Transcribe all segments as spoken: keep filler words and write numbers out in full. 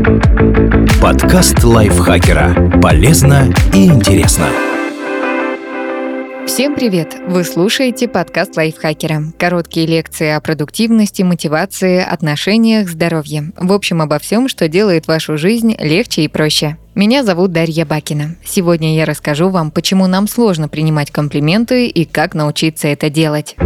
Подкаст лайфхакера. Полезно и интересно. Всем привет! Вы слушаете подкаст лайфхакера. Короткие лекции о продуктивности, мотивации, отношениях, здоровье. В общем, обо всем, что делает вашу жизнь легче и проще. Меня зовут Дарья Бакина. Сегодня я расскажу вам, почему нам сложно принимать комплименты и как научиться это делать.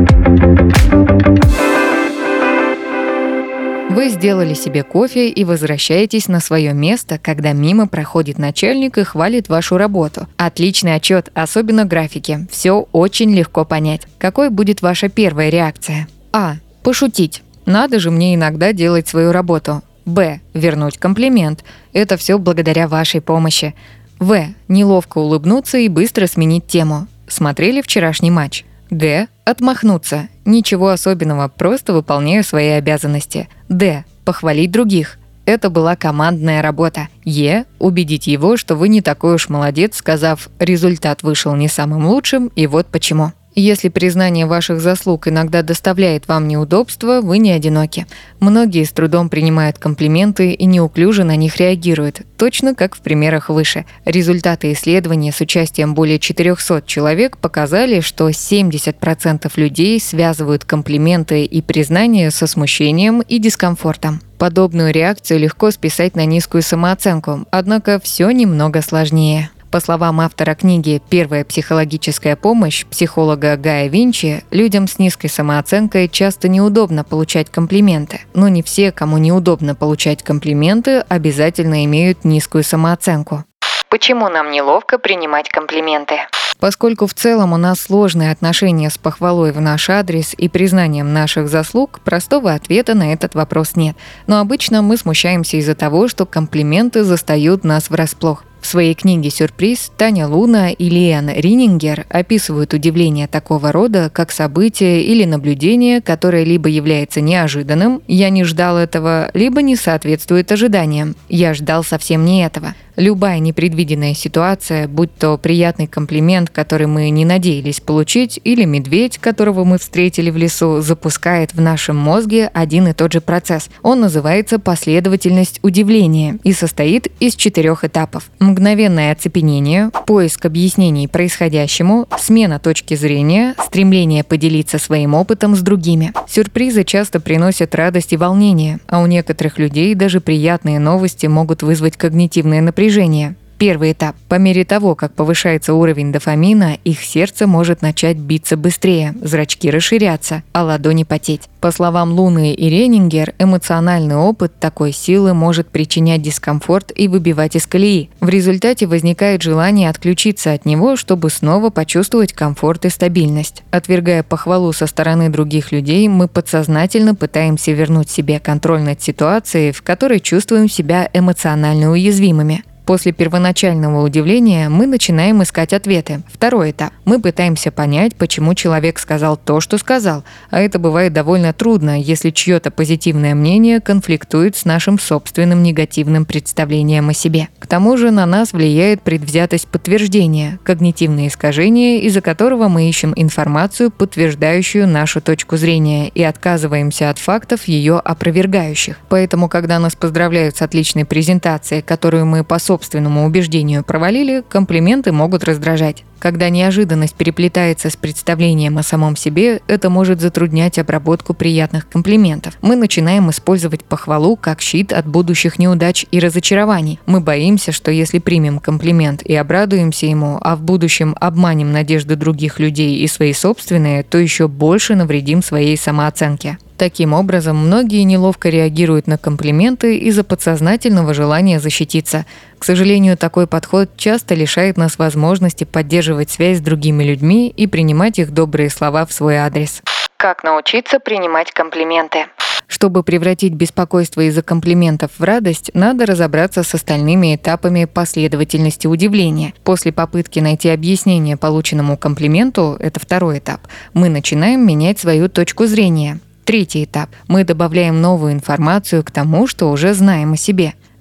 Вы сделали себе кофе и возвращаетесь на свое место, когда мимо проходит начальник и хвалит вашу работу. Отличный отчет, особенно графики. Все очень легко понять. Какой будет ваша первая реакция? А. Пошутить. Надо же мне иногда делать свою работу. Б. Вернуть комплимент. Это все благодаря вашей помощи. В. Неловко улыбнуться и быстро сменить тему. Смотрели вчерашний матч? Г. Отмахнуться. Ничего особенного, просто выполняю свои обязанности. Д. Похвалить других. Это была командная работа. Е. Убедить его, что вы не такой уж молодец, сказав «результат вышел не самым лучшим, и вот почему». Если признание ваших заслуг иногда доставляет вам неудобства, вы не одиноки. Многие с трудом принимают комплименты и неуклюже на них реагируют, точно как в примерах выше. Результаты исследования с участием более четырехсот человек показали, что семьдесят процентов людей связывают комплименты и признания со смущением и дискомфортом. Подобную реакцию легко списать на низкую самооценку, однако все немного сложнее. По словам автора книги «Первая психологическая помощь» психолога Гая Винчи, людям с низкой самооценкой часто неудобно получать комплименты. Но не все, кому неудобно получать комплименты, обязательно имеют низкую самооценку. Почему нам неловко принимать комплименты? Поскольку в целом у нас сложные отношения с похвалой в наш адрес и признанием наших заслуг, простого ответа на этот вопрос нет. Но обычно мы смущаемся из-за того, что комплименты застают нас врасплох. В своей книге «Сюрприз» Таня Луна и Лиэн Ринингер описывают удивление такого рода, как событие или наблюдение, которое либо является неожиданным «я не ждал этого», либо не соответствует ожиданиям «я ждал совсем не этого». Любая непредвиденная ситуация, будь то приятный комплимент, который мы не надеялись получить, или медведь, которого мы встретили в лесу, запускает в нашем мозге один и тот же процесс. Он называется последовательность удивления и состоит из четырех этапов. Мгновенное оцепенение, поиск объяснений происходящему, смена точки зрения, стремление поделиться своим опытом с другими. Сюрпризы часто приносят радость и волнение, а у некоторых людей даже приятные новости могут вызвать когнитивное напряжение. Первый этап. По мере того, как повышается уровень дофамина, их сердце может начать биться быстрее, зрачки расширяться, а ладони потеть. По словам Луны и Ренингер, эмоциональный опыт такой силы может причинять дискомфорт и выбивать из колеи. В результате возникает желание отключиться от него, чтобы снова почувствовать комфорт и стабильность. Отвергая похвалу со стороны других людей, мы подсознательно пытаемся вернуть себе контроль над ситуацией, в которой чувствуем себя эмоционально уязвимыми. После первоначального удивления мы начинаем искать ответы. Второй этап. Мы пытаемся понять, почему человек сказал то, что сказал, а это бывает довольно трудно, если чье-то позитивное мнение конфликтует с нашим собственным негативным представлением о себе. К тому же на нас влияет предвзятость подтверждения, когнитивное искажение, из-за которого мы ищем информацию, подтверждающую нашу точку зрения, и отказываемся от фактов, ее опровергающих. Поэтому, когда нас поздравляют с отличной презентацией, которую мы по собственному убеждению провалили, комплименты могут раздражать. Когда неожиданность переплетается с представлением о самом себе, это может затруднять обработку приятных комплиментов. Мы начинаем использовать похвалу как щит от будущих неудач и разочарований. Мы боимся, что если примем комплимент и обрадуемся ему, а в будущем обманем надежды других людей и свои собственные, то еще больше навредим своей самооценке. Таким образом, многие неловко реагируют на комплименты из-за подсознательного желания защититься. К сожалению, такой подход часто лишает нас возможности поддерживать связь с другими людьми и принимать их добрые слова в свой адрес. Как научиться принимать комплименты? Чтобы превратить беспокойство из-за комплиментов в радость, надо разобраться с остальными этапами последовательности удивления. После попытки найти объяснение полученному комплименту, это второй этап, мы начинаем менять свою точку зрения. Третий этап. Мы добавляем новую информацию к тому, что уже знаем о себе.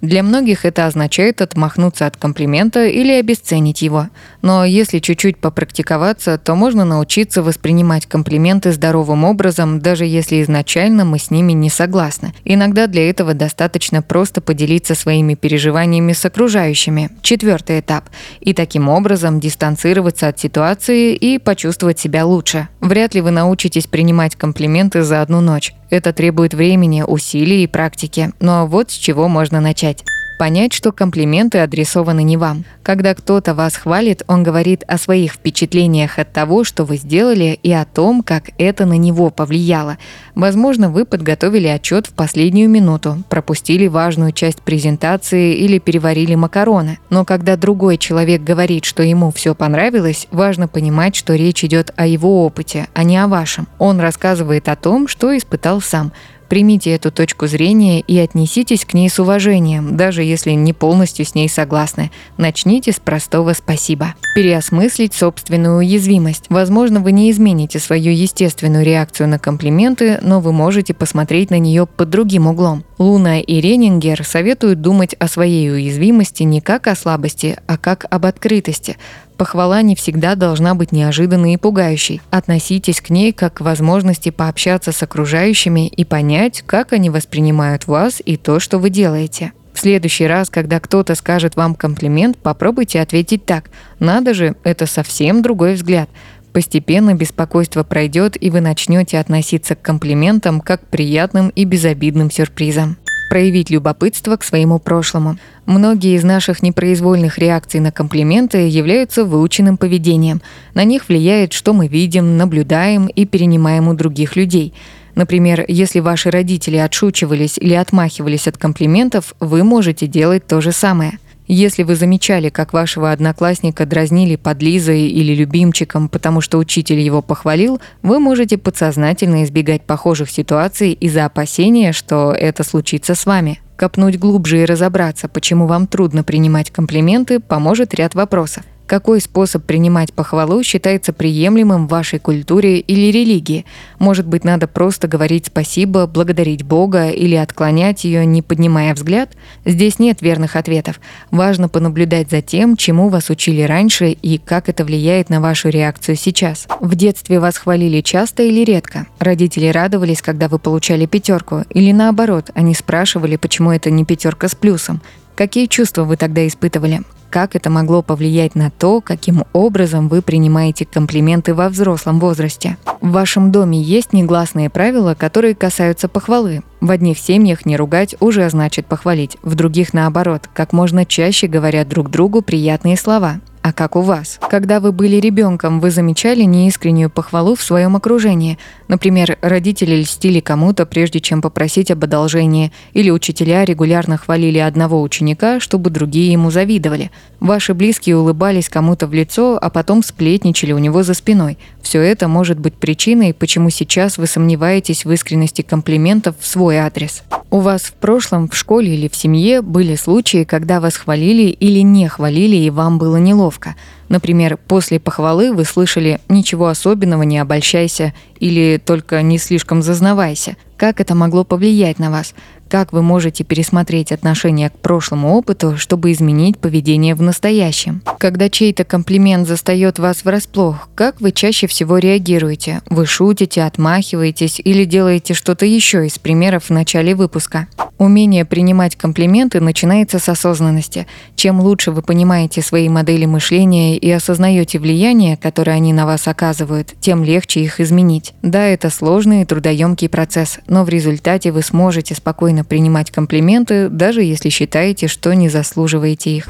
Для многих это означает отмахнуться от комплимента или обесценить его. Но если чуть-чуть попрактиковаться, то можно научиться воспринимать комплименты здоровым образом, даже если изначально мы с ними не согласны. Иногда для этого достаточно просто поделиться своими переживаниями с окружающими. Четвертый этап. И таким образом дистанцироваться от ситуации и почувствовать себя лучше. Вряд ли вы научитесь принимать комплименты за одну ночь. Это требует времени, усилий и практики. Но вот с чего можно начать. Понять, что комплименты адресованы не вам. Когда кто-то вас хвалит, он говорит о своих впечатлениях от того, что вы сделали, и о том, как это на него повлияло. Возможно, вы подготовили отчет в последнюю минуту, пропустили важную часть презентации или переварили макароны. Но когда другой человек говорит, что ему все понравилось, важно понимать, что речь идет о его опыте, а не о вашем. Он рассказывает о том, что испытал сам. Примите эту точку зрения и отнеситесь к ней с уважением, даже если не полностью с ней согласны. Начните с простого «спасибо». Переосмыслить собственную уязвимость. Возможно, вы не измените свою естественную реакцию на комплименты, но вы можете посмотреть на нее под другим углом. Луна и Ренингер советуют думать о своей уязвимости не как о слабости, а как об открытости. Похвала не всегда должна быть неожиданной и пугающей. Относитесь к ней как к возможности пообщаться с окружающими и понять, как они воспринимают вас и то, что вы делаете. В следующий раз, когда кто-то скажет вам комплимент, попробуйте ответить так: «Надо же, это совсем другой взгляд». Постепенно беспокойство пройдет, и вы начнете относиться к комплиментам как к приятным и безобидным сюрпризам. Проявить любопытство к своему прошлому. Многие из наших непроизвольных реакций на комплименты являются выученным поведением. На них влияет, что мы видим, наблюдаем и перенимаем у других людей. Например, если ваши родители отшучивались или отмахивались от комплиментов, вы можете делать то же самое. Если вы замечали, как вашего одноклассника дразнили подлизой или любимчиком, потому что учитель его похвалил, вы можете подсознательно избегать похожих ситуаций из-за опасения, что это случится с вами. Копнуть глубже и разобраться, почему вам трудно принимать комплименты, поможет ряд вопросов. Какой способ принимать похвалу считается приемлемым в вашей культуре или религии? Может быть, надо просто говорить спасибо, благодарить Бога или отклонять ее, не поднимая взгляд? Здесь нет верных ответов. Важно понаблюдать за тем, чему вас учили раньше и как это влияет на вашу реакцию сейчас. В детстве вас хвалили часто или редко? Родители радовались, когда вы получали пятерку? Или наоборот, они спрашивали, почему это не пятерка с плюсом? Какие чувства вы тогда испытывали? Как это могло повлиять на то, каким образом вы принимаете комплименты во взрослом возрасте? В вашем доме есть негласные правила, которые касаются похвалы. В одних семьях не ругать уже значит похвалить, в других наоборот, как можно чаще говорят друг другу приятные слова. А как у вас? Когда вы были ребенком, вы замечали неискреннюю похвалу в своем окружении? Например, родители льстили кому-то, прежде чем попросить об одолжении, или учителя регулярно хвалили одного ученика, чтобы другие ему завидовали. Ваши близкие улыбались кому-то в лицо, а потом сплетничали у него за спиной. Все это может быть причиной, почему сейчас вы сомневаетесь в искренности комплиментов в свой адрес. У вас в прошлом, в школе или в семье были случаи, когда вас хвалили или не хвалили, и вам было неловко. Например, после похвалы вы слышали «ничего особенного, не обольщайся» или «только не слишком зазнавайся». Как это могло повлиять на вас? Как вы можете пересмотреть отношение к прошлому опыту, чтобы изменить поведение в настоящем? Когда чей-то комплимент застает вас врасплох, как вы чаще всего реагируете? Вы шутите, отмахиваетесь или делаете что-то еще из примеров в начале выпуска? Умение принимать комплименты начинается с осознанности. Чем лучше вы понимаете свои модели мышления и осознаете влияние, которое они на вас оказывают, тем легче их изменить. Да, это сложный и трудоемкий процесс, но в результате вы сможете спокойно принимать комплименты, даже если считаете, что не заслуживаете их.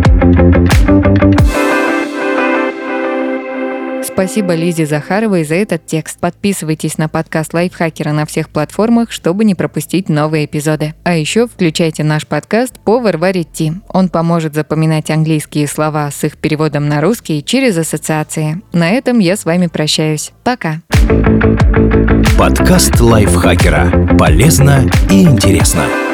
Спасибо Лизе Захаровой за этот текст. Подписывайтесь на подкаст Лайфхакера на всех платформах, чтобы не пропустить новые эпизоды. А еще включайте наш подкаст «Повар варит Ти». Он поможет запоминать английские слова с их переводом на русский через ассоциации. На этом я с вами прощаюсь. Пока. Подкаст Лайфхакера. Полезно и интересно.